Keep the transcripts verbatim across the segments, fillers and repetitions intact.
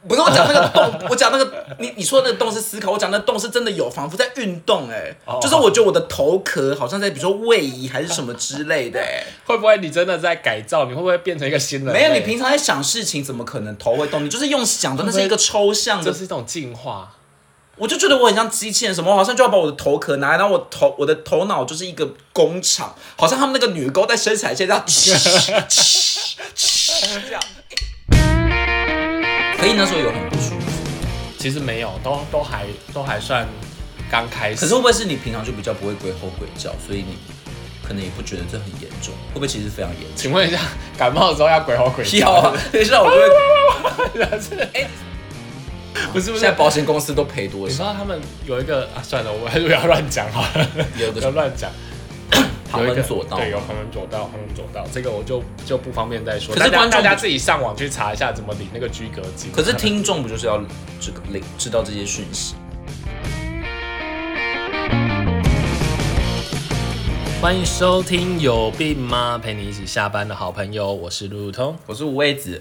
不是我讲那个动，我讲那个你你说的那个动是思考，我讲那个动是真的有，仿佛在运动哎、欸，oh. 就是我觉得我的头壳好像在比如说位移还是什么之类的哎、欸， 会不会你真的在改造？你会不会变成一个新人？ 没有，你平常在想事情，怎么可能头会动？你就是用想的，那是一个抽象的， 这是一种进化。 我就觉得我很像机器人，什么我好像就要把我的头壳拿来，然后我头我的头脑就是一个工厂，好像他们那个女工在生产线这样，这样。可以那时候有很不舒服， 其实没有，都都还都还算刚开始。 可是会不会是你平常就比较不会鬼吼鬼叫，所以你可能也不觉得这很严重？会不会其实非常严重？ 请问一下，感冒的时候要鬼吼鬼叫？ 要啊，等一下我就会。哎，不是不是，现在保险公司都赔多少？ 你知道他们有一个啊，算了，我还是不要乱讲好了， 有不要乱讲。 旁门左道， 对，有旁门左道，旁门左道，这个我就就不方便再说。 可是观众大家自己上网去查一下怎么领那个居隔金。 可是听众不就是要这个领知道这些讯息？ 欢迎收听有病吗？陪你一起下班的好朋友，我是路路通， 我是吴威子。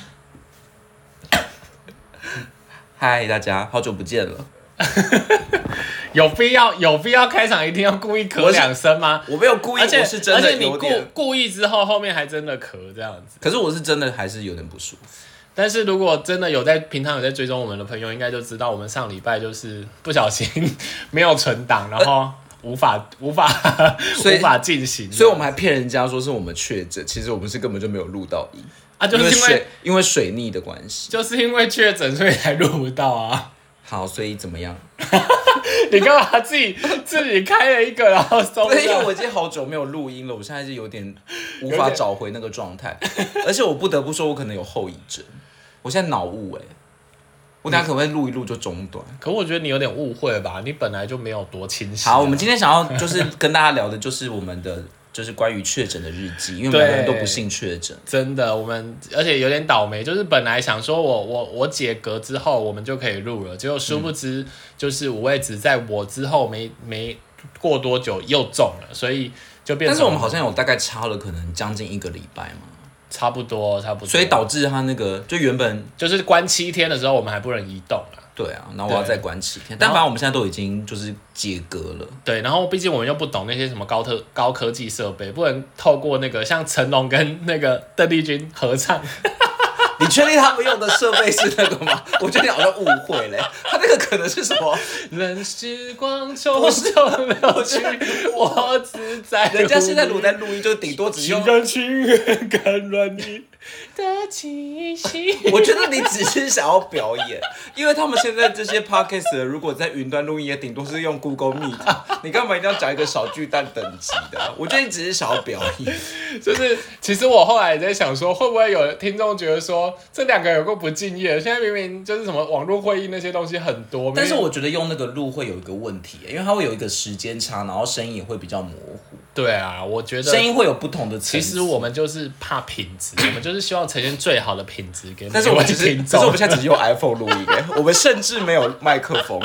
嗨，大家好久不见了。 有必要有必要开场一定要故意咳两声吗？ 我没有故意，我是真的有点。 而且你故故意之后，后面还真的咳这样子。 可是我是真的还是有点不舒服。 但是如果真的有在平常有在追踪我们的朋友，应该就知道我们上礼拜就是不小心没有存档，然后无法无法无法进行， 所以我们还骗人家说是我们确诊，其实我们是根本就没有录到音啊，就是因为水因为水逆的关系， 就是因为确诊所以才录不到啊。 好，所以怎么样？ 你干嘛自己自己开了一个，然后收？ 对，因为我已经好久没有录音了，我现在是有点无法找回那个状态，而且我不得不说，我可能有后遗症。我现在脑雾哎，我等下可不可以录一录就中断？ 可我觉得你有点误会吧，你本来就没有多清晰、啊。 好，我们今天想要就是跟大家聊的就是我们的。就是关于确诊的日记，因为我们两个人都不幸确诊， 真的，我们而且有点倒霉，就是本来想说我我我解隔之后我们就可以录了，结果殊不知就是五位子在我之后没没过多久又中了，所以就变成。 但是我们好像有大概差了可能将近一个礼拜嘛， 差不多差不多， 所以导致他那个就原本就是关七天的时候我们还不能移动了。 对啊，然后我要再关七天，但反正我们现在都已经就是解隔了。 对，然后毕竟我们又不懂那些什么高特高科技设备，不能透过那个像成龙跟那个邓丽君合唱。 你确定他们用的设备是那个吗？我觉得你好像误会嘞，他那个可能是什么？ 任时光匆匆流去，我只在乎。 人家现在如果在录音，就顶多只用。 情情愿感染你的气息。 我觉得你只是想要表演，因为他们现在这些 podcast 如果在云端录音，也顶多是用 Google Meet。你干嘛一定要讲一个小巨蛋等级的？我觉得你只是想要表演。 就是其实我后来也在想说，会不会有听众觉得说这两个有够不敬业？现在明明就是什么网络会议那些东西很多， 但是我觉得用那个录会有一个问题，因为它会有一个时间差，然后声音也会比较模糊。 对啊，我觉得声音会有不同的层次。 其实我们就是怕品质，我们就是希望呈现最好的品质给。 但是我们只是，可是我们现在只是用 iPhone 录音，我们甚至没有麦克风。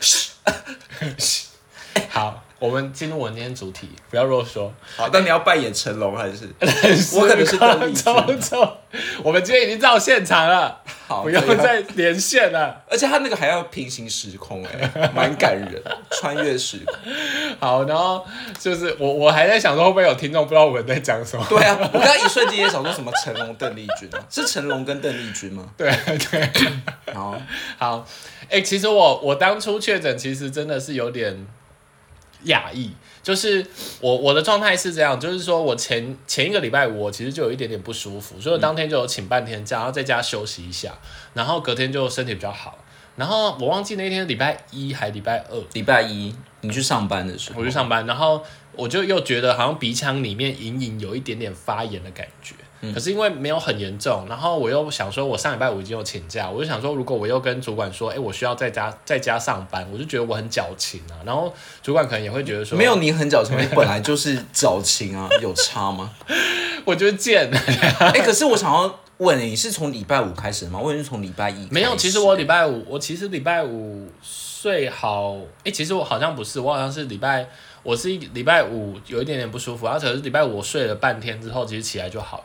好。我们进入我们今天主题，不要啰嗦。 好，但你要扮演成龙还是？我可能是邓丽君。 我们今天已经到现场了， 好， 不用再连线了。 而且他那个还要平行时空、欸，哎，蛮感人，穿越时空。 好，然后就是我，我还在想说会不会有听众不知道我们在讲什么？ 对啊，我刚刚一瞬间也想说什么成龙、邓丽君啊，是成龙跟邓丽君吗？ 对对。 好， 好，哎、欸，其实我我当初确诊，其实真的是有点。讶异，就是我我的状态是这样，就是说我前前一个礼拜五我其实就有一点点不舒服，所以我当天就有请半天假，然后在家休息一下，然后隔天就身体比较好。然后我忘记那天礼拜一还礼拜二， 礼拜一你去上班的时候， 我去上班，然后我就又觉得好像鼻腔里面隐隐有一点点发炎的感觉。嗯、可是因为没有很严重，然后我又想说，我上礼拜五已经有请假，我就想说，如果我又跟主管说，哎、欸，我需要在家在家上班，我就觉得我很矫情啊。然后主管可能也会觉得说， 没有你很矫情，你本来就是矫情啊，有差吗？ 我觉得贱。 哎、欸，可是我想要问你，是从礼拜五开始吗？我以为是从礼拜一。 没有，其实我礼拜五，我其实礼拜五睡好，哎、欸，其实我好像不是，我好像是礼拜，我是礼拜五有一点点不舒服，然后可是礼拜五我睡了半天之后，其实起来就好了。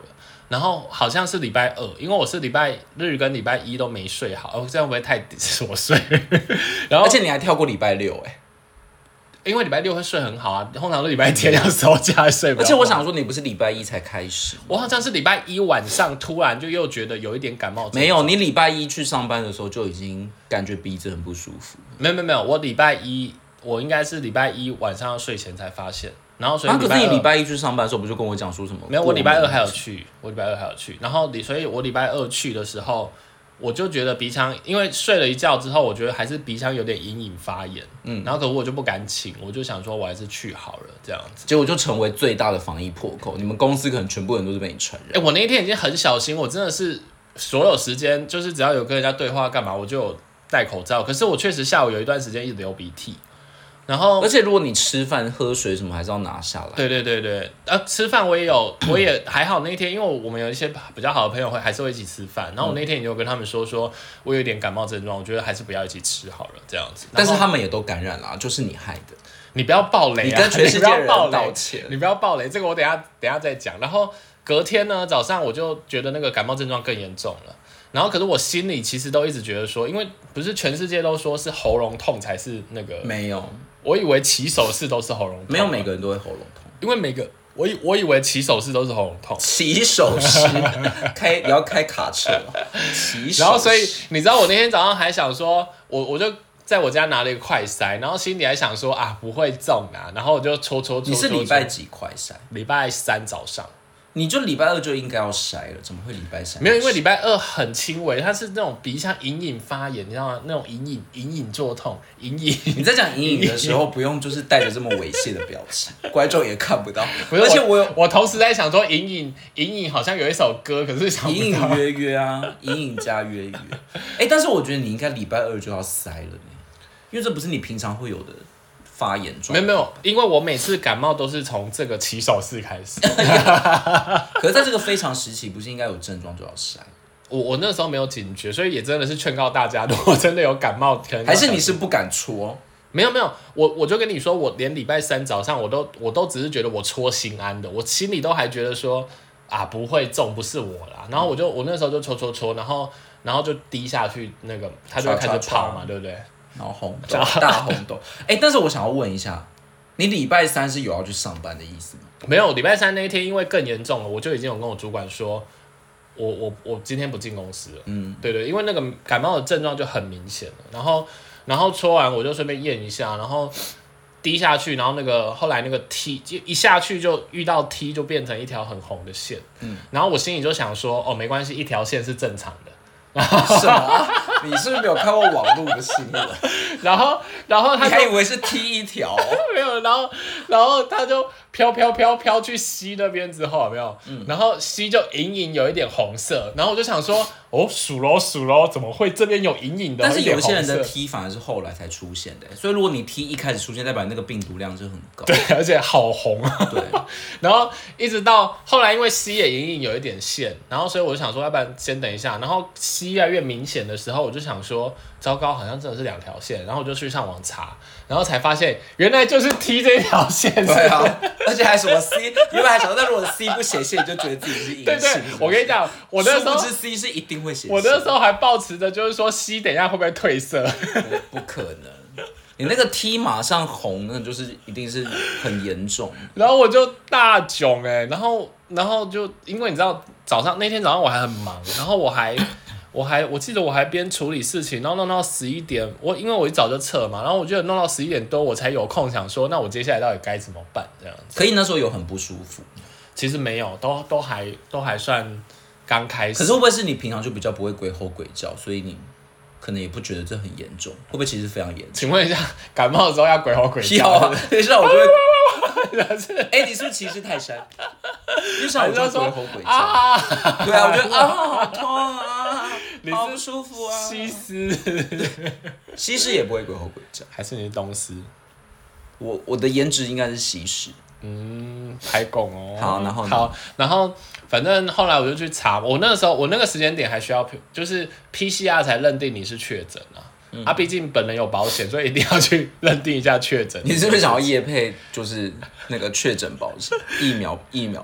然后好像是礼拜二，因为我是礼拜日跟礼拜一都没睡好，哦，这样会不会太琐碎？然后而且你还跳过礼拜六哎、 欸，因为礼拜六会睡很好啊，通常都礼拜天要收假睡不。 而且我想说，你不是礼拜一才开始？ 我好像是礼拜一晚上突然就又觉得有一点感冒。 没有，你礼拜一去上班的时候就已经感觉鼻子很不舒服。 没有没有没有，我礼拜一我应该是礼拜一晚上要睡前才发现。然后所以啊，可是你礼拜一去上班的时候，不就跟我讲说什么？ 没有，我礼拜二还有去，我礼拜二还有去。然后你，所以我礼拜二去的时候，我就觉得鼻腔，因为睡了一觉之后，我觉得还是鼻腔有点隐隐发炎。嗯，然后可是我就不敢请，我就想说我还是去好了这样子。 结果就成为最大的防疫破口。你们公司可能全部人都是被你传染。 哎、欸，我那一天已经很小心，我真的是所有时间就是只要有跟人家对话干嘛，我就有戴口罩。可是我确实下午有一段时间一直流鼻涕。然后， 而且如果你吃饭、喝水什么，还是要拿下来。 对对对对，呃，吃饭我也有，我也还好。那天因为我们有一些比较好的朋友会还是会一起吃饭，然后我那天也有跟他们说，说我有点感冒症状，我觉得还是不要一起吃好了，这样子。 但是他们也都感染了、啊，就是你害的。 你不要爆雷啊！ 你跟全世界人道歉， 你不要爆雷，这个我等一下等一下再讲。然后隔天呢，早上我就觉得那个感冒症状更严重了。然后，可是我心里其实都一直觉得说，因为不是全世界都说是喉咙痛才是那个， 没有， 我以为起手式都是喉咙痛， 没有每个人都会喉咙痛， 因为每个我以我以为起手式都是喉咙痛， 起手式开也要开卡车，起手式。 然后所以你知道我那天早上还想说，我我就在我家拿了一个快筛，然后心里还想说啊不会中啊，然后我就搓搓搓。 你是礼拜几快筛？ 礼拜三早上。 你就礼拜二就应该要筛了，怎么会礼拜三？ 没有，因为礼拜二很轻微，它是那种鼻腔隐隐发炎，你知道吗？那种隐隐隐隐作痛，隐隐。 你在讲隐隐的时候，不用就是带着这么猥亵的表情，观众也看不到。而且我有， 我同时在想说，隐隐隐隐好像有一首歌，可是想不到。 隐隐约约啊，隐隐加约约。哎、欸，但是我觉得你应该礼拜二就要筛了呢，因为这不是你平常会有的。发炎状没有没有，因为我每次感冒都是从这个起手式开始。 可是在这个非常时期，不是应该有症状就要筛？ 我我那时候没有警觉，所以也真的是劝告大家，如果真的有感冒，可能还是你是不敢戳？ 没有没有，我我就跟你说，我连礼拜三早上我都我都只是觉得我戳心安的，我心里都还觉得说啊不会中，不是我啦。然后我就我那时候就戳戳戳，然后然后就滴下去，那个它就会开始跑嘛，对不对？ 然后红豆大红豆，哎、欸，但是我想要问一下，你礼拜三是有要去上班的意思吗？ 没有，礼拜三那一天因为更严重了，我就已经有跟我主管说，我我我今天不进公司了。嗯，对对，因为那个感冒的症状就很明显了。然后然后戳完我就顺便验一下，然后滴下去，然后那个后来那个 T 就一下去就遇到 T 就变成一条很红的线。嗯，然后我心里就想说，哦，没关系，一条线是正常的。 什么？你是不是没有看过网络的新闻？ 然后，然后他你还以为是踢一条？ 没有，然后，然后他就飘飘飘飘去西那边之后，有没有？嗯、然后西就隐隐有一点红色，然后我就想说，哦，数咯数咯，怎么会这边有隐隐的？ 但是有些人的 T 反而是后来才出现的，所以如果你 T 一开始出现，代表那个病毒量就很高。 对，而且好红。 对， 然后一直到后来，因为西也隐隐有一点线，然后所以我就想说，要不然先等一下，然后西越来越明显的时候，我就想说，糟糕，好像真的是两条线，然后我就去上网查，然后才发现原来就是 T 这条线。 对啊，而且还什么 C， 原本还想到，如果 C 不写线，你就觉得自己是阴性。 对对，我跟你讲，我那时候殊不知 C 是一定会写线。 我那时候还抱持着就是说 C 等一下会不会褪色？ 不可能，你那个 T 马上红，那就是一定是很严重。 然后我就大囧哎、欸，然后然后就因为你知道早上那天早上我还很忙，然后我还。我还我记得我还边处理事情，然后弄到十一点，我因为我一早就撤嘛，然后我觉得弄到十一点多，我才有空想说，那我接下来到底该怎么办这样子。 可以那时候有很不舒服？ 其实没有，都都还都还算刚开始。 可是会不会是你平常就比较不会鬼吼鬼叫，所以你可能也不觉得这很严重？会不会其实非常严重？ 请问一下，感冒的时候要鬼吼鬼叫？ 要啊，等一下我就会。哎、欸，你是不是歧视泰山？因为像我就鬼吼鬼叫。啊、对啊，我觉得啊好痛啊，好不舒服啊。 西施， 西施也不会鬼吼鬼叫， 还是你是东施？ 我我的颜值应该是西施。 嗯，排拱哦。 好，然后好，然后反正后来我就去查，我那个时候我那个时间点还需要就是 P C R 才认定你是确诊啊。嗯、啊，毕竟本人有保险，所以一定要去认定一下确诊。 你是不是想要业配，就是那个确诊保险疫苗疫苗险？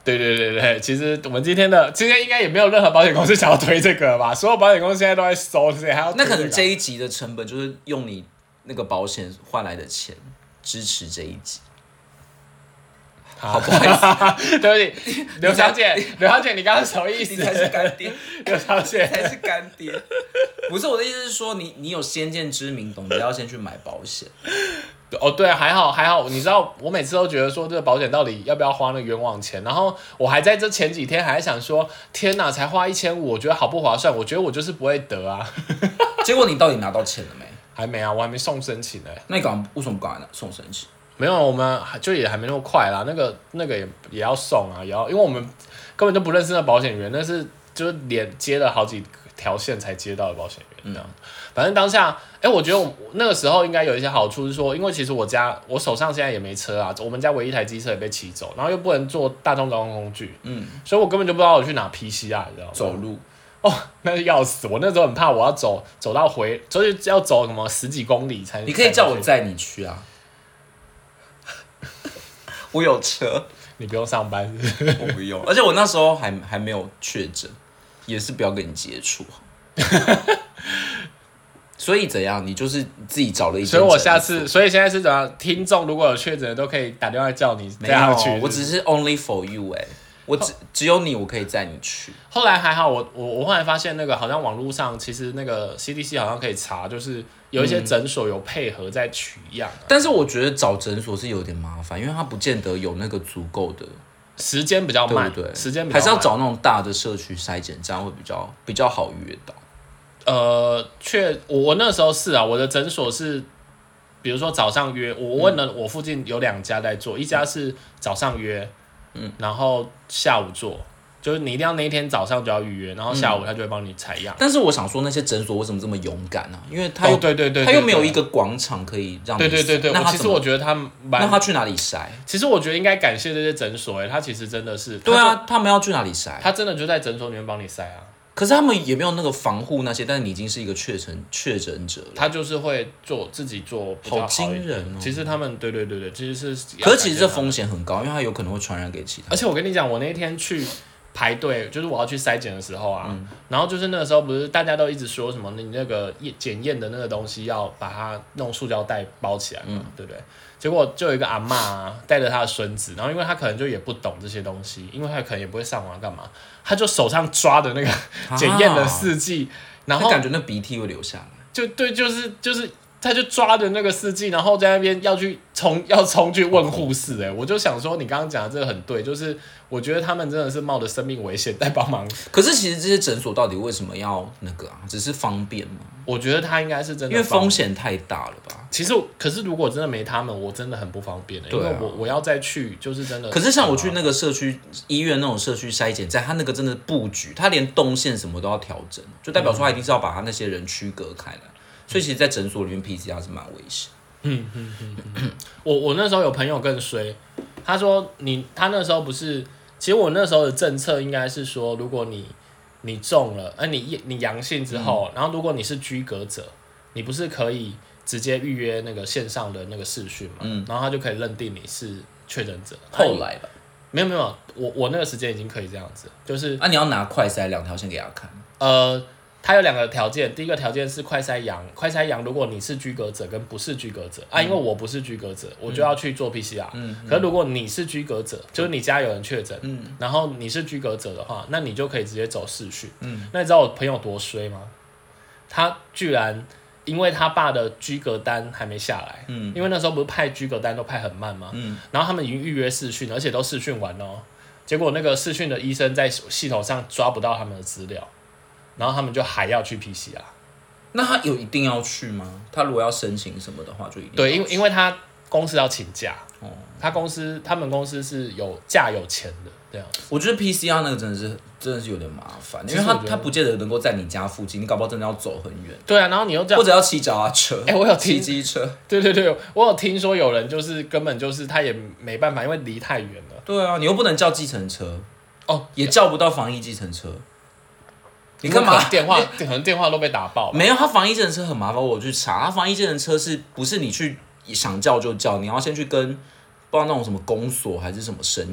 对对对对，其实我们今天的今天应该也没有任何保险公司想要推这个吧？所有保险公司现在都在收，谁还要推、这个？ 那可能这一集的成本就是用你那个保险换来的钱支持这一集。好，不好意思， 对不起，刘小姐，刘小姐，你刚刚什么意思？ 你才是干爹， 刘小姐才是干爹。不是我的意思是说你，你有先见之明，懂得要先去买保险。 哦，对，还好还好，你知道，我每次都觉得说这个保险到底要不要花那个冤枉钱，然后我还在这前几天还在想说，天哪，才花一千五，我觉得好不划算，我觉得我就是不会得啊。 结果你到底拿到钱了没？ 还没啊，我还没送申请呢、欸。 那你赶为什么不赶快送申请？ 没有，我们就也还没那么快啦。那个那个也也要送啊，也要，因为我们根本就不认识那保险员，那是就是连接了好几条线才接到的保险员这样。嗯、反正当下，哎、欸，我觉得我那个时候应该有一些好处，是说，因为其实我家我手上现在也没车啊，我们家唯一一台机车也被骑走，然后又不能坐大众交通工具，嗯，所以我根本就不知道我去哪 P C R， 你知道吗？ 走路。 哦，那是要死！我那时候很怕，我要走走到回，就是要走什么十几公里才。 你可以叫我载你去啊。我有车， 你不用上班是不是？ 我不用，而且我那时候还还没有确诊，也是不要跟你接触。所以怎样？你就是自己找了一间， 所以我下次，所以现在是怎样？听众如果有确诊的，都可以打电话叫你这样去。 我只是 only for you 哎、欸，我只只有你，我可以载你去。 后来还好，我我我后来发现那个好像网络上其实那个 C D C 好像可以查，就是有一些诊所有配合在取样、啊嗯。 但是我觉得找诊所是有点麻烦，因为它不见得有那个足够的时间，比较慢， 对不对？ 时间比较慢还是要找那种大的社区筛检，这样会比较比较好预约到。 呃，确我我那时候是啊，我的诊所是，比如说早上约，我问了我附近有两家在做，一家是早上约，嗯，然后下午做，就是你一定要那一天早上就要预约，然后下午他就会帮你采样、嗯。 但是我想说，那些诊所为什么这么勇敢呢、啊？因为他又、 哦、对对 对, 对, 对, 对， 他又没有一个广场可以让你。 对对对对， 那他其实我觉得他那他去哪里筛？ 其实我觉得应该感谢这些诊所、欸，他其实真的是。 对啊，他们要去哪里筛？ 他真的就在诊所里面帮你筛啊。 可是他们也没有那个防护那些，但是你已经是一个确诊确诊者了， 他就是会做自己做比较好， 好惊人哦！ 其实他们对对对对，其实是， 可是其实这风险很高，因为他有可能会传染给其他人。 而且我跟你讲，我那天去排队，就是我要去筛检的时候啊、嗯，然后就是那个时候不是大家都一直说什么你那个检验的那个东西要把它弄塑胶袋包起来嘛、嗯，对不对？结果就有一个阿嬷啊，带着她的孙子，然后因为她可能就也不懂这些东西，因为她可能也不会上网干嘛，她就手上抓的那个检验的试剂、啊，然后感觉那鼻涕会流下来， 就对，就是就是，他就抓着那个试剂，然后在那边要去冲要冲去问护士、欸，哎，我就想说你刚刚讲的这个很对，就是我觉得他们真的是冒着生命危险在帮忙。 可是其实这些诊所到底为什么要那个啊？只是方便吗？ 我觉得他应该是真的， 因为风险太大了吧。 其实，可是如果真的没他们，我真的很不方便的、欸，因为我我要再去，就是真的。 可是像我去那个社区医院那种社区筛检站，他那个真的布局，他连动线什么都要调整，就代表说他一定是要把他那些人区隔开来。嗯、所以其实，在诊所里面 P C R 是蛮危险。 嗯嗯嗯嗯。我我那时候有朋友更衰，他说你他那时候不是，其实我那时候的政策应该是说，如果你你中了，呃你你阳性之后、嗯，然后如果你是居隔者，你不是可以直接预约那个线上的那个视讯嘛、嗯，然后他就可以认定你是确诊者。 后来吧， 没有没有，我我那个时间已经可以这样子，就是啊，你要拿快筛两条线给他看。 呃，他有两个条件，第一个条件是快筛阳，快筛阳如果你是居隔者跟不是居隔者、嗯、啊，因为我不是居隔者，我就要去做 P C R。嗯，可是如果你是居隔者，就是你家有人确诊，嗯，然后你是居隔者的话，那你就可以直接走视讯。嗯，那你知道我朋友多衰吗？他居然。因为他爸的居隔单还没下来，嗯，因为那时候不是派居隔单都派很慢嘛，嗯，然后他们已经预约视讯，而且都视讯完了，结果那个视讯的医生在系统上抓不到他们的资料，然后他们就还要去 P C R。 那他有一定要去吗？他如果要申请什么的话，就一定要对，因为因为他公司要请假，哦，他公司他们公司是有假有钱的。这样， 我觉得 P C R 那个真的是真的是有点麻烦，因为他他不见得能够在你家附近，你搞不好真的要走很远。 对啊，然后你又这样， 或者要骑脚踏车。 哎、欸，我有骑机车。 对对对，我有听说有人就是根本就是他也没办法，因为离太远了。 对啊，你又不能叫计程车，哦，也叫不到防疫计程车。你干嘛？ 电话可能电话都被打爆。 没有，他防疫计程车很麻烦，我去查，他防疫计程车是不是你去想叫就叫，你要先去跟不知道那种什么公所还是什么申请。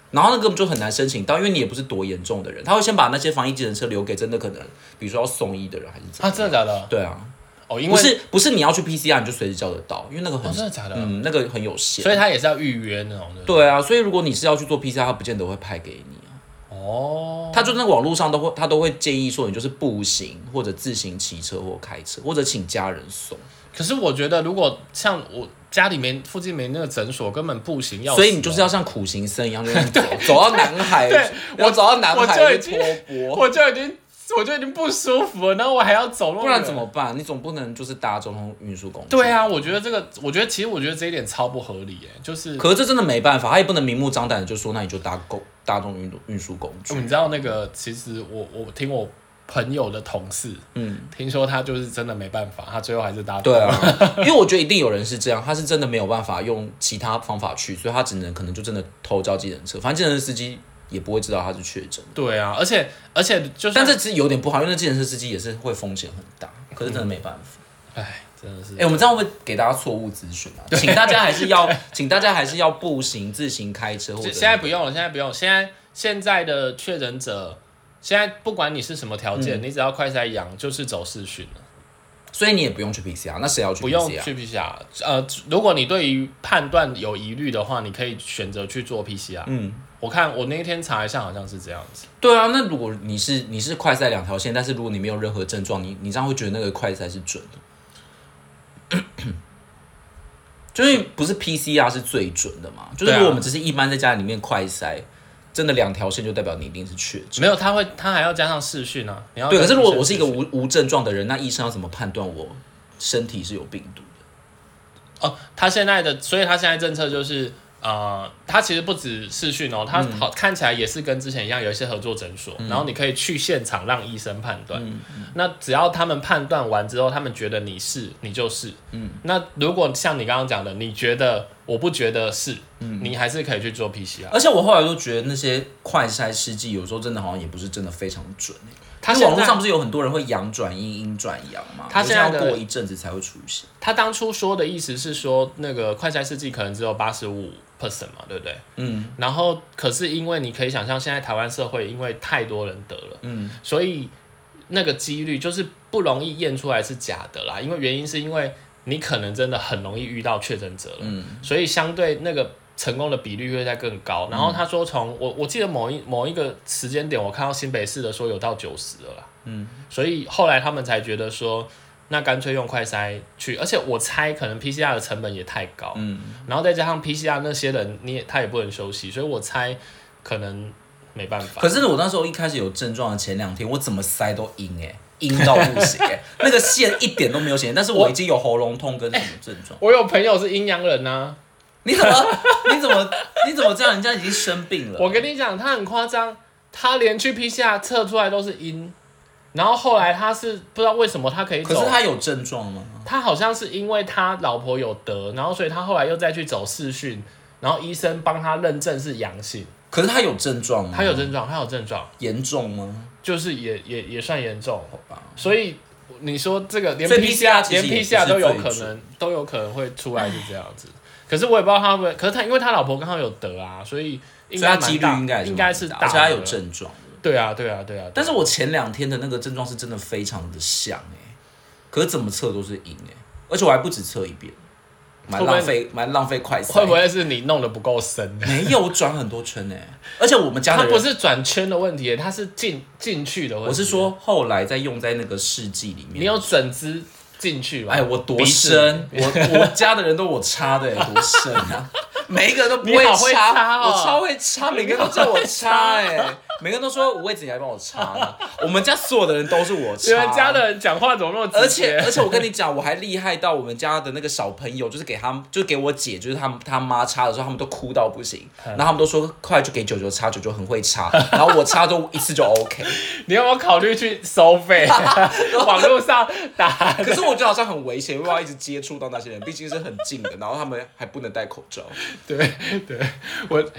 然后那个就很难申请到，因为你也不是多严重的人，他会先把那些防疫计程车留给真的可能，比如说要送医的人还是怎么样。 啊，真的假的？ 对啊， 哦，因为不是不是你要去 P C R 你就随时叫得到，因为那个很、 哦、真的假的？ 嗯，那个很有限， 所以他也是要预约那种的。 对啊，所以如果你是要去做 P C R，他不见得会派给你啊。 哦， 他就那个网络上都会，他都会建议说你就是步行或者自行骑车或开车，或者请家人送。 可是我觉得如果像我家里面附近没那个诊所，根本步行要死， 所以你就是要像苦行僧一样，就是走走到南海， 对， 我走到南海去托钵， 我就已经我就已经不舒服了，然后我还要走路， 不然怎么办？你总不能就是搭交通运输工具。 对啊，我觉得这个，我觉得其实我觉得这一点超不合理耶，就是， 可是这真的没办法，他也不能明目张胆的就说那你就搭公大众运运输工具。 你知道那个，其实我我听我朋友的同事，嗯，听说他就是真的没办法，他最后还是搭。 对啊，因为我觉得一定有人是这样，他是真的没有办法用其他方法去，所以他只能可能就真的偷叫计程车，反正计程车司机也不会知道他是确诊。 对啊，而且而且就但这其实有点不好，因为那计程车司机也是会风险很大，可是真的没办法。 哎、嗯，真的是。 哎、欸，我们这样会不会给大家错误资讯啊？请大家还是要，请大家还是要步行、自行开车或者。 现在不用了，现在不用，现在现在的确诊者。现在不管你是什么条件，嗯、你只要快筛阳，就是走视讯了。 所以你也不用去 P C R， 那谁要去 P C R？ 不用去 P C R。呃，如果你对于判断有疑虑的话，你可以选择去做 P C R。嗯，我看我那天查一下，好像是这样子。 对啊，那如果你是你是快筛两条线，但是如果你没有任何症状，你你这样会觉得那个快筛是准的？就是不是 P C R 是最准的嘛？就是如果我们只是一般在家里面快筛。真的两条线就代表你一定是确诊， 没有他会他还要加上视讯啊。你要对，可是如果我是一个无无症状的人，那医生要怎么判断我身体是有病毒的？哦，他现在的，所以他现在政策就是呃，他其实不止视讯哦，他好、嗯、看起来也是跟之前一样有一些合作诊所，嗯、然后你可以去现场让医生判断。嗯嗯、那只要他们判断完之后，他们觉得你是，你就是。嗯、那如果像你刚刚讲的，你觉得我不觉得是。嗯、你还是可以去做 P C R， 而且我后来都觉得那些快筛试剂有时候真的好像也不是真的非常准。他网络上不是有很多人会阳转阴，阴转阳吗？他现在要过一阵子才会出现。 他当初说的意思是说，那个快筛试剂可能只有八十五 percent 嘛，对不对？嗯。然后，可是因为你可以想象，现在台湾社会因为太多人得了，嗯，所以那个几率就是不容易验出来是假的啦。因为原因是因为你可能真的很容易遇到确诊者了，嗯，所以相对那个。成功的比率会再更高，然后他说从我我记得某一某一个时间点，我看到新北市的说有到九十了啦，嗯，所以后来他们才觉得说，那干脆用快筛去，而且我猜可能 P C R 的成本也太高，嗯，然后再加上 P C R 那些人你也他也不能休息，所以我猜可能没办法。 可是我那时候一开始有症状的前两天，我怎么塞都阴哎、欸。阴到不行哎、欸，那个线一点都没有显，但是我已经有喉咙痛跟什么症状、欸。 我有朋友是阴阳人啊。 你怎么？你怎么？你怎么这样？人家已经生病了。 我跟你讲，他很夸张，他连去 P C R 测出来都是阴，然后后来他是不知道为什么他可以走。 可是他有症状吗？ 他好像是因为他老婆有得，然后所以他后来又再去走视讯，然后医生帮他认证是阳性。 可是他有症状吗？ 他有症状，他有症状。 严重吗？ 就是也也也算严重，好吧。所以你说这个连 P C R 连 P C R 都有可能都有可能会出来是这样子。可是我也不知道他会不会，可是他因为他老婆刚好有得啊，所以应该蛮大， 应该应该是大， 而且他有症状。 对啊，对啊，对啊。 但是我前两天的那个症状是真的非常的像哎、欸，可是怎么测都是阴哎、欸，而且我还不止测一遍，蛮浪费，蛮浪费快筛。 会不会是你弄得不够深？ 没有，我转很多圈哎、欸，而且我们家的人他不是转圈的问题、欸，他是进进去的问题。 我是说后来再用在那个试剂里面， 你有整支。进去吧， 哎，我多深，我我家的人都我插的，多深啊！每一个人都不会插， 插哦、我超会插，每个人都叫我插、欸，哎，每个人都说五味子你来帮我插呢。我们家所有的人都是我插， 你们家的人讲话怎么那么直接？ 而且而且我跟你讲，我还厉害到我们家的那个小朋友，就是给他们，就是给我姐，就是他们他妈插的时候，他们都哭到不行，嗯、然后他们都说快就给九九插，九九很会插，然后我插就一次就 OK。 你有没有考虑去收费？网络上打？ 可是我觉得好像很危险，因为要一直接触到那些人，毕竟是很近的，然后他们还不能戴口罩。 对对，我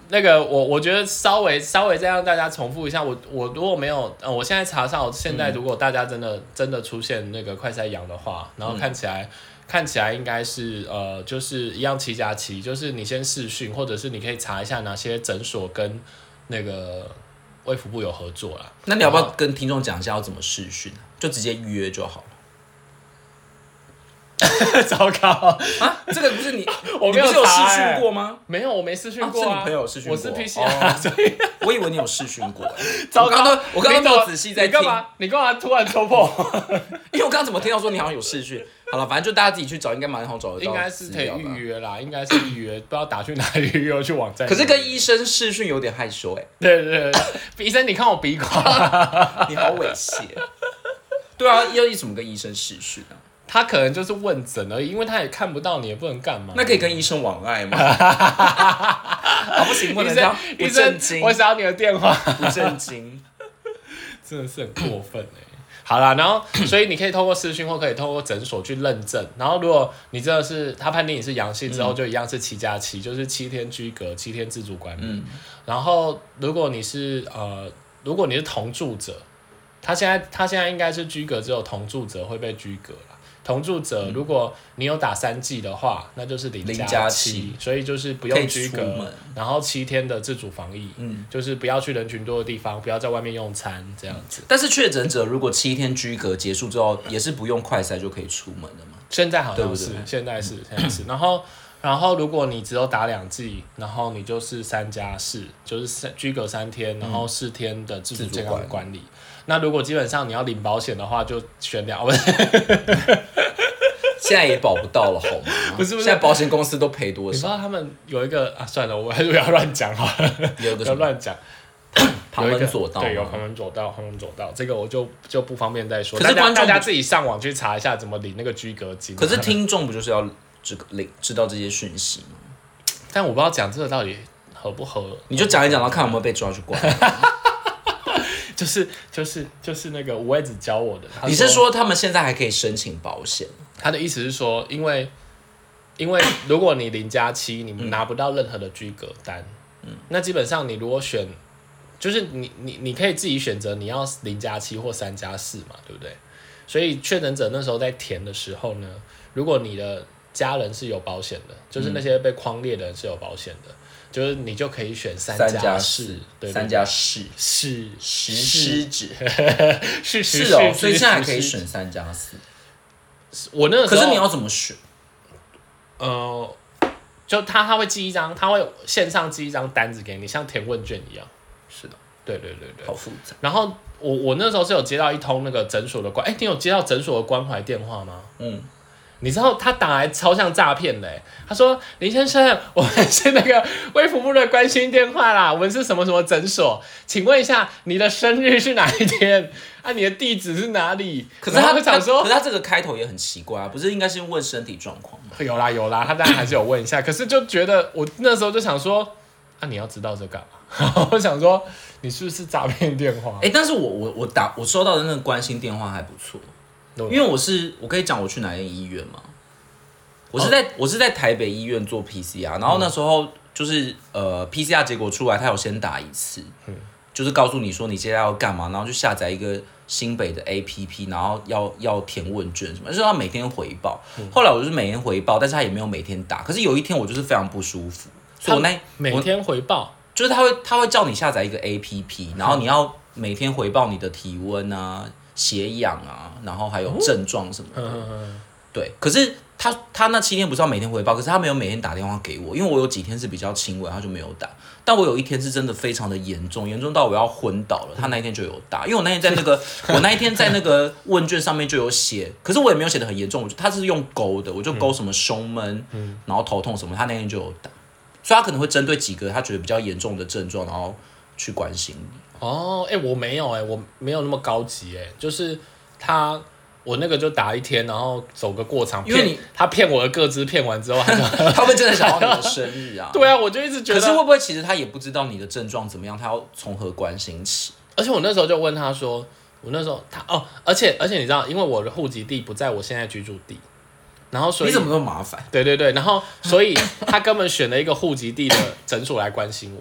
那个我我觉得稍微稍微再让大家重复一下，我我如果没有，呃，我现在查上，现在如果大家真的、嗯、真的出现那个快筛阳的话，然后看起来、嗯、看起来应该是呃就是一样七加七，就是你先视讯，或者是你可以查一下哪些诊所跟那个卫福部有合作啦。 那你要不要跟听众讲一下要怎么视讯？就直接预约就好了。 糟糕啊！这个不是你， 我没有、欸、 你不是有视讯过吗？ 没有，我没视讯过、啊啊、 是你朋友有视讯过， 我是 P C R，、哦、所以我以为你有视讯过。 糟糕， 我刚刚我刚刚没有仔细在听， 你干嘛？你干嘛突然戳破？ 因为我刚刚怎么听到说你好像有视讯？好了，反正就大家自己去找，应该蛮好找得到。 应该是可以预约啦，应该是预约，不知道打去哪里预约，去网站。 可是跟医生视讯有点害羞哎、欸。 对对对，医生你看我鼻孔， 你好猥亵。对啊，要怎么跟医生视讯啊？ 他可能就是问诊而已，因为他也看不到你，也不能干嘛。 那可以跟医生往爱吗？啊，不行，不能这样，不正经。 我想要你的电话， 不正经， 真的是很过分哎。好啦，然后所以你可以透过视讯或可以透过诊所去认证，然后如果你真的是他判定你是阳性之后，就一样是七加七，就是七天居隔，七天自主管理。嗯、然后如果你是呃，如果你是同住者，他现在他现在应该是居隔，只有同住者会被居隔啦。同住者，如果你有打三剂的话，那就是零加七，所以就是不用居隔，然后七天的自主防疫，嗯，就是不要去人群多的地方，不要在外面用餐这样子。 但是确诊者如果七天居隔结束之后，也是不用快筛就可以出门的吗？ 现在好像是，对对现在是，现在是。然后，然后如果你只有打两剂，然后你就是三加四，就是居隔三天，然后四天的自主健康管理。那如果基本上你要领保险的话，就选两，不是？ 现在也保不到了，好吗？ 不是不是， 现在保险公司都赔多少？ 你知道他们有一个啊，算了，我还是不要乱讲好了， 有不要乱讲。 旁门左道， 对，有旁门左道，旁门左道，这个我就就不方便再说。可是观众大家自己上网去查一下怎么领那个居隔金。 可是听众不就是要领知道这些讯息吗？ 但我不知道讲这个到底合不合， 你就讲一讲，然后看有没有被抓去关。 就是就是就是那个吴伟子教我的。 你是说他们现在还可以申请保险？ 他的意思是说，因为因为如果你零加七，你拿不到任何的居隔单，嗯，那基本上你如果选，就是你你你可以自己选择你要零加七或三加四嘛，对不对？所以确诊者那时候在填的时候呢，如果你的家人是有保险的，就是那些被匡列的人是有保险的。就是你就可以选三加四， 三加四是石狮子， 是是哦，所以现在还可以选三加四。 我那个时候， 可是你要怎么选？ 呃，就他他会寄一张，他会线上寄一张单子给你，像填问卷一样。 是的， 对对对对， 好复杂。 然后我我那时候是有接到一通那个诊所的关，哎，你有接到诊所的关怀电话吗？嗯。你知道他打来超像诈骗的，他说林先生，我们是那个卫福部的关心电话啦，我们是什么什么诊所，请问一下你的生日是哪一天？啊，你的地址是哪里？ 可是他会想说，可是他这个开头也很奇怪啊，不是应该是问身体状况吗？ 有啦有啦，他当然还是有问一下，可是就觉得我那时候就想说，啊你要知道这干嘛？我想说你是不是诈骗电话？ 哎、欸，但是我我我打我收到的那个关心电话还不错。因为我是我可以讲我去哪间医院吗？我是在、哦、我是在台北医院做 P C R， 然后那时候就是呃 P C R 结果出来，他有先打一次，嗯、就是告诉你说你接下来要干嘛，然后就下载一个新北的 A P P， 然后要要填问卷什么，就是要每天回报。嗯、后来我就是每天回报，但是他也没有每天打。可是有一天我就是非常不舒服，所以我那每天回报就是他会他会叫你下载一个 A P P， 然后你要每天回报你的体温啊。血氧啊，然后还有症状什么的，嗯、对。可是他他那七天不是要每天回报，可是他没有每天打电话给我，因为我有几天是比较轻微，他就没有打。但我有一天是真的非常的严重，严重到我要昏倒了。他那一天就有打，因为我那天在那个我那一天在那个问卷上面就有写，可是我也没有写得很严重，他是用勾的，我就勾什么胸闷，嗯、然后头痛什么，他那天就有打，所以他可能会针对几个他觉得比较严重的症状，然后去关心你。 哦，哎、欸，我没有哎、欸，我没有那么高级哎、欸，就是他，我那个就打一天，然后走个过场，因为你他骗我的个资骗完之后，他就他会真的想要你的生日啊？ 对啊，我就一直觉得， 可是会不会其实他也不知道你的症状怎么样，他要从何关心起？ 而且我那时候就问他说，我那时候他哦，而且而且你知道，因为我的户籍地不在我现在居住地。然后所以你怎么那么麻烦？ 对对对，然后所以他根本选了一个户籍地的诊所来关心我。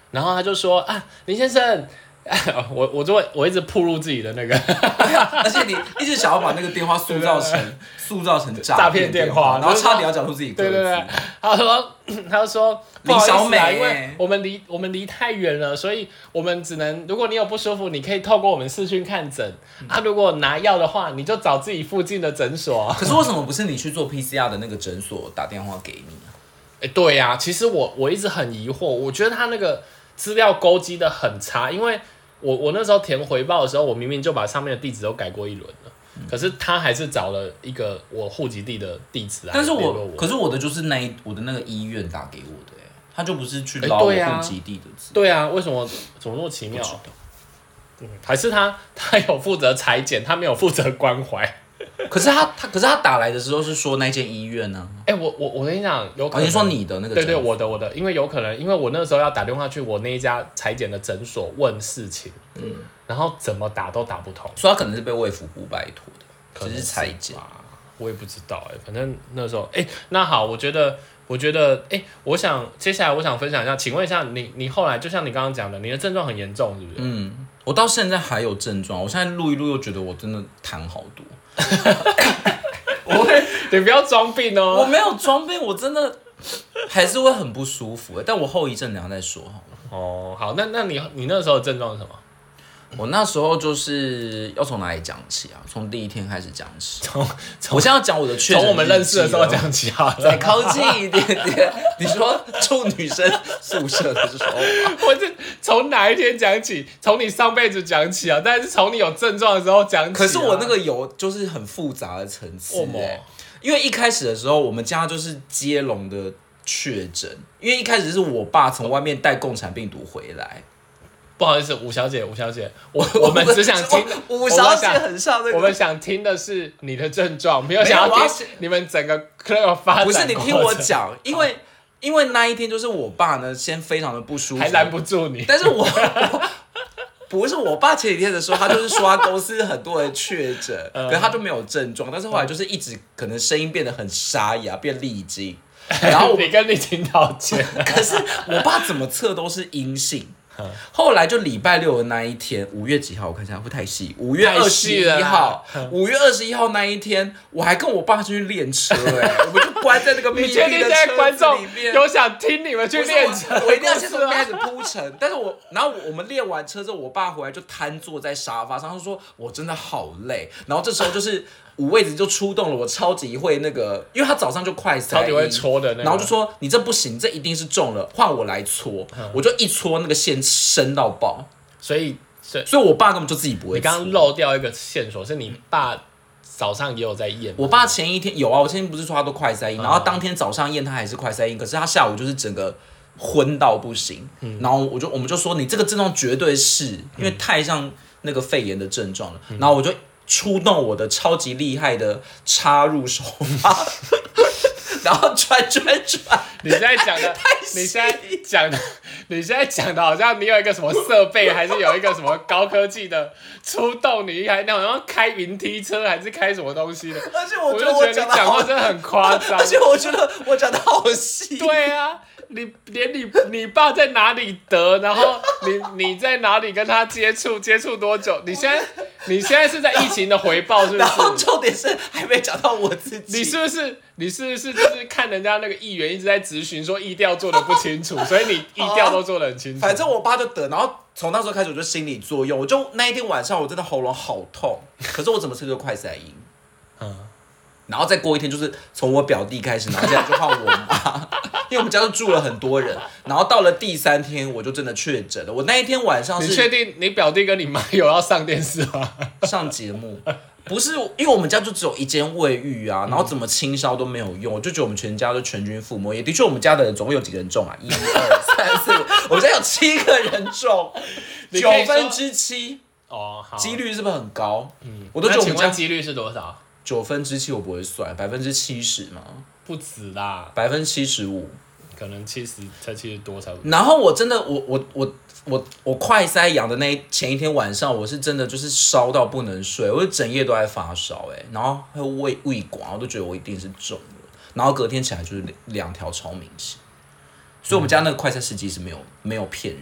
然后他就说啊，林先生。我我就会我一直暴露自己的那个， 而且你一直想要把那个电话塑造成塑造成诈骗电话， 然后差点要讲出自己个字。对对对，他说他说林小美、 啊，因为我们离我们离太远了，所以我们只能如果你有不舒服，你可以透过我们视讯看诊。嗯、啊，如果拿药的话，你就找自己附近的诊所。 可是为什么不是你去做 P C R 的那个诊所打电话给你啊？ 哎、欸，对呀、啊，其实我我一直很疑惑，我觉得他那个资料勾稽的很差，因为。我我那时候填回报的时候，我明明就把上面的地址都改过一轮了，嗯、可是他还是找了一个我户籍地的地址来联络我。 但是我可是我的就是那一我的那个医院打给我的、欸，他就不是去捞我户籍地的字、欸对啊。对啊，为什么怎么那么奇妙？嗯，还是他他有负责裁剪，他没有负责关怀。 可是他他可是他打来的时候是说那间医院呢、啊？ 哎、欸，我我我跟你讲，有可能、 哦、你说你的那个对对我的我的，因为有可能，因为我那时候要打电话去我那一家裁剪的诊所问事情，嗯，然后怎么打都打不通， 所以他可能是被卫福部拜托的，只是裁剪， 我也不知道哎、欸，反正那时候哎、欸，那好，我觉得我觉得哎、欸，我想接下来我想分享一下，请问一下你你后来就像你刚刚讲的，你的症状很严重是不是？ 嗯，我到现在还有症状，我现在录一录又觉得我真的痰好多。 我会，你不要装病哦。 我没有装病，我真的还是会很不舒服。但我后遗症等一下再说好了。 哦，好，那那你你那时候的症状是什么？ 我那时候就是要从哪里讲起啊？从第一天开始讲起。从我现在要讲我的确诊， 从我们认识的时候讲起好了， 再靠近一点点。你说住女生宿舍的时候， 我是从哪一天讲起？从你上辈子讲起啊，但是从你有症状的时候讲起、啊。 可是我那个有就是很复杂的层次、欸，因为一开始的时候，我们家就是接龙的确诊，因为一开始是我爸从外面带共产病毒回来。 不好意思，吴小姐，吴小姐，我我们只想听吴小姐很像那个， 我们想听的是你的症状，没有想要听你们整个个发展。 不是你听我讲，因为因为那一天就是我爸呢，先非常的不舒服， 还拦不住你。 但是我不是我爸前几天的时候，他就是说他公司很多人确诊，嗯、可是他就没有症状，但是后来就是一直可能声音变得很沙哑，变痢疾。然后你跟你请道歉， 可是我爸怎么测都是阴性。后来就礼拜六的那一天，五月几号？我看一下，会太细。五月二十一号，五月二十一号那一天，我还跟我爸去练车、欸，哎，我们就关在那个密闭的车子里面。 有想听你们去练车我，我一定要先从开始铺陈。但是我，然后我们练完车之后，我爸回来就瘫坐在沙发上，他说我真的好累。然后这时候就是五位子就出动了，我超级会那个，因为他早上就快塞， 超级会戳的那个， 然后就说你这不行，这一定是中了，换我来戳。嗯、我就一戳那个线。深到爆， 所以所以我爸根本就自己不会。 你刚刚漏掉一个线索，是你爸早上也有在验。 我爸前一天有啊，我前天不是说他都快塞阴，嗯、然后当天早上验他还是快塞阴，可是他下午就是整个昏到不行。嗯、然后我就我们就说你这个症状绝对是因为太像那个肺炎的症状了，嗯、然后我就出动我的超级厉害的插入手法。然后转转转， 你现在讲的，你现在讲的，你现在讲的好像你有一个什么设备，还是有一个什么高科技的出动，你还那好像开云梯车，还是开什么东西的？ 而且我觉得我讲你讲话真的很夸张， 而且我觉得我讲的好细。 对啊。你连你你爸在哪里得，然后你你在哪里跟他接触，接触多久？你现在你现在是在疫情的回报是不是？ 然后重点是还没讲到我自己。 你是不是你是不是就是看人家那个议员一直在质询说疫调做的不清楚，所以你疫调都做得很清楚。 反正我爸就得，然后从那时候开始我就心理作用，我就那一天晚上我真的喉咙好痛，可是我怎么吃就快塞音。嗯。然后再过一天，就是从我表弟开始，然后接下来就换我妈，因为我们家都住了很多人。然后到了第三天，我就真的确诊了。我那一天晚上是， 你确定你表弟跟你妈有要上电视吗？ 上节目？不是，因为我们家就只有一间卫浴啊，然后怎么清消都没有用，我就觉得我们全家都全军覆没。也的确，我们家的人总共有几个人中啊？一二三四，我们家有七个人中，九分之七。 哦，好， 几率是不是很高？ 嗯， 我都觉得我们家几率是多少？ 九分之七我不会算，百分之七十嘛， 不止啦， 百分之七十五， 可能七十才七十多差不多。 然后我真的，我我我我我快塞阳的那前一天晚上，我是真的就是烧到不能睡，我就整夜都在发烧，哎，然后还有胃胃管，我都觉得我一定是中了，然后隔天起来就是两条超明显，所以我们家那个快塞试剂是没有没有骗人。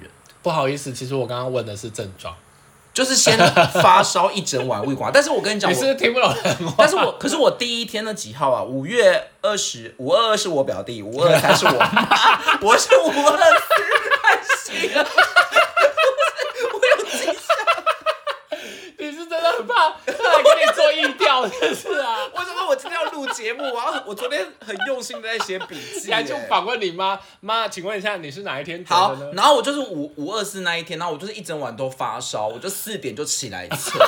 不好意思，其实我刚刚问的是症状。 就是先发烧一整晚胃管，但是我跟你讲， 你是听不懂人话。 但是我可是我第一天的几号啊？五月二十，五二二是我表弟，五二三是我妈，我是五二四，太行了，我有记下。 你是真的很怕他来给你做疫调，是不是啊？ 为什么我今天要录节目啊？我昨天很用心的在写笔记， 你还去访问你妈妈，请问一下你是哪一天得好的呢？ 然后我就是五五二四那一天，然后我就是一整晚都发烧，我就四点就起来测，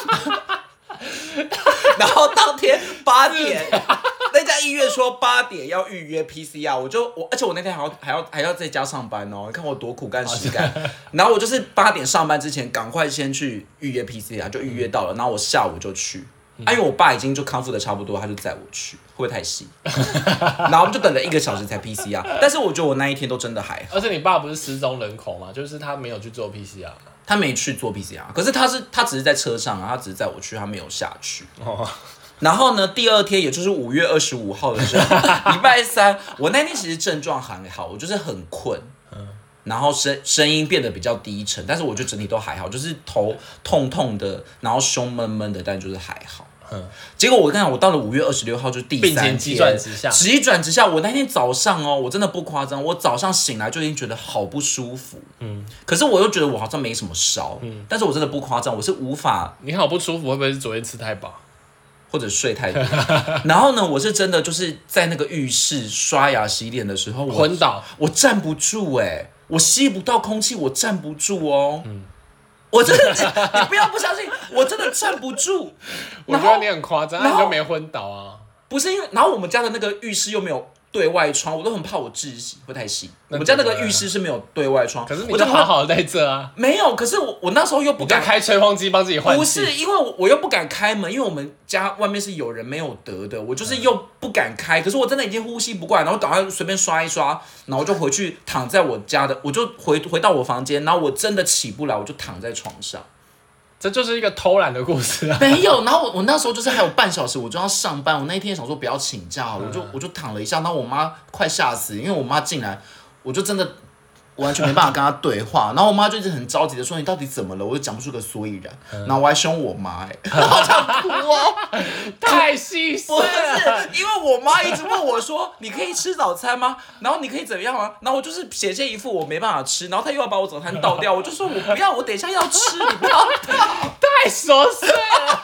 然后当天八点那家医院说八点要预约 P C R， 我就我而且我那天还要还要还要在家上班哦，你看我多苦干实干，然后我就是八点上班之前赶快先去预约 P C R， 就预约到了，然后我下午就去。啊，因为我爸已经就康复的差不多，他就载我去，会不会太细？然后我们就等了一个小时才 P C R， 但是我觉得我那一天都真的还好。 而且你爸不是失踪人口嘛，就是他没有去做 P C R。 他没去做 P C R， 可是他是他只是在车上啊，他只是载我去，他没有下去。哦。然后呢，第二天也就是五月二十五号的时候，礼拜三，我那天其实症状还好，我就是很困。嗯。然后声声音变得比较低沉，但是我觉得整体都还好，就是头痛痛的，然后胸闷闷的，但就是还好。嗯，结果我跟你讲，我到了五月二十六号，就是第三天， 急转直下， 急转直下。我那天早上哦，我真的不夸张，我早上醒来就已经觉得好不舒服。嗯，可是我又觉得我好像没什么烧。嗯，但是我真的不夸张，我是无法。 你好不舒服，会不会是昨天吃太饱， 或者睡太多？然后呢，我是真的就是在那个浴室刷牙洗脸的时候，我昏倒， 我站不住哎、欸，我吸不到空气，我站不住哦。嗯。我真的，你不要不相信，我真的站不住。 我觉得你很夸张，那你就没昏倒啊？ 不是因为，然后我们家的那个浴室又没有对外窗，我都很怕我窒息会太细。我们家那个浴室是没有对外窗， 可是你就好好的在这啊。 没有，可是我我那时候又不敢开吹风机帮自己换气。 不是，因为我我又不敢开门，因为我们家外面是有人没有得的，我就是又不敢开。可是我真的已经呼吸不过来，然后赶快随便刷一刷，然后就回去躺在我家的，我就回回到我房间，然后我真的起不来，我就躺在床上。 这就是一个偷懒的故事啊！ 没有，然后我我那时候就是还有半小时我就要上班，我那一天想说不要请假好了，我就我就躺了一下，然后我妈快吓死，因为我妈进来，我就真的完全没办法跟她对话，然后我妈就一直很着急的说你到底怎么了，我就讲不出个所以然，然后我还凶我妈、欸，哎，好想哭哦， 太细碎了， 因为我妈一直问我说你可以吃早餐吗？然后你可以怎么样吗？然后我就是显现一副我没办法吃，然后她又要把我早餐倒掉，我就说我不要，我等一下要吃，你不要倒。 太琐碎了，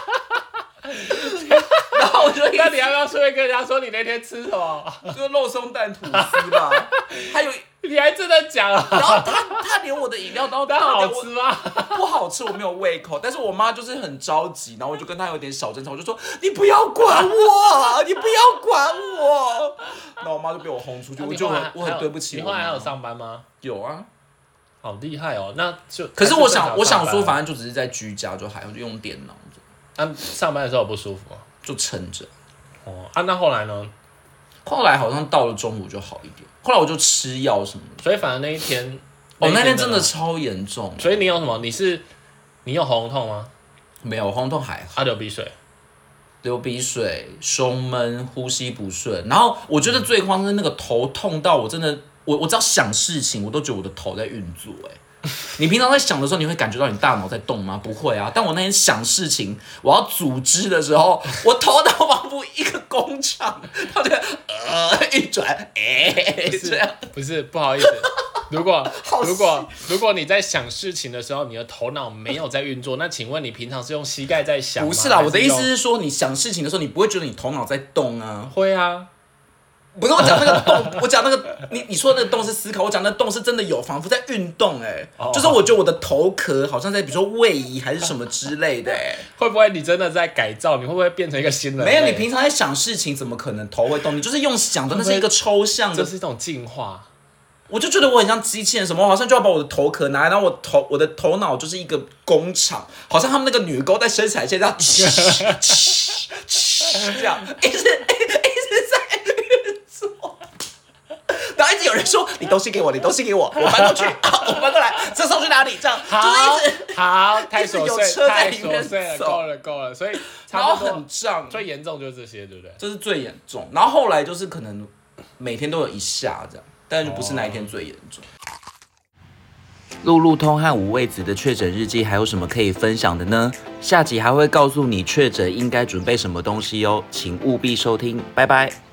然后我就那你要不要顺便跟人家说你那天吃什么？ 就肉松蛋吐司吧，还有你还真的讲啊？ 然后他他连我的饮料都倒掉， 好吃吗？ 不好吃，我没有胃口。但是我妈就是很着急，然后我就跟她有点小争吵，我就说你不要管我，你不要管我。然后我妈就被我轰出去，我就很我很对不起我妈。 你后来还有上班吗？ 有啊。 好厉害哦！那就可是我想，我想说，反正就只是在居家就还好，就用电脑。 那、啊、上班的时候不舒服吗？ 就撑着。 哦啊，那后来呢？ 后来好像到了中午就好一点，后来我就吃药什么的。 所以反正那一天， 哦，那天真的超严重。 所以你有什么？你是你有喉咙痛吗？ 没有，喉咙痛还好。 啊，流鼻水。 流鼻水、胸闷、呼吸不顺，然后我觉得最夸张是那个头痛到我真的。我我只要想事情，我都觉得我的头在运作。哎，你平常在想的时候，你会感觉到你大脑在动吗？不会啊。但我那天想事情，我要组织的时候，我头脑仿佛一个工厂，它就呃一转，哎、欸，这样不是不好意思。如果如果如果你在想事情的时候，你的头脑没有在运作，那请问你平常是用膝盖在想吗？ 不是啦，我的意思是说，你想事情的时候，你不会觉得你头脑在动啊？ 会啊。 不是我讲那个动，我讲那个你你说的那个动是思考，我讲那个动是真的有，仿佛在运动哎、欸，oh. 就是我觉得我的头壳好像在比如说位移还是什么之类的哎、欸， 会不会你真的在改造？你会不会变成一个新人？ 没有，你平常在想事情，怎么可能头会动？你就是用想的，那是一个抽象的， 这是一种进化。 我就觉得我很像机器人，什么我好像就要把我的头壳拿来，然后我头我的头脑就是一个工厂，好像他们那个女工在生产线这样，这样一直一直在运作。然后一直有人说你东西给我，你东西给我，我搬过去，啊、我搬过来，这送去哪里？这样就是一直好，太琐碎，太琐碎了，够了够了。所以然后很胀， 最严重就是这些，对不对？ 这是最严重。然后后来就是可能每天都有一下这样，但是就不是那一天最严重。 路路通和五味子的确诊日记还有什么可以分享的呢？下集还会告诉你确诊应该准备什么东西哦，请务必收听，拜拜。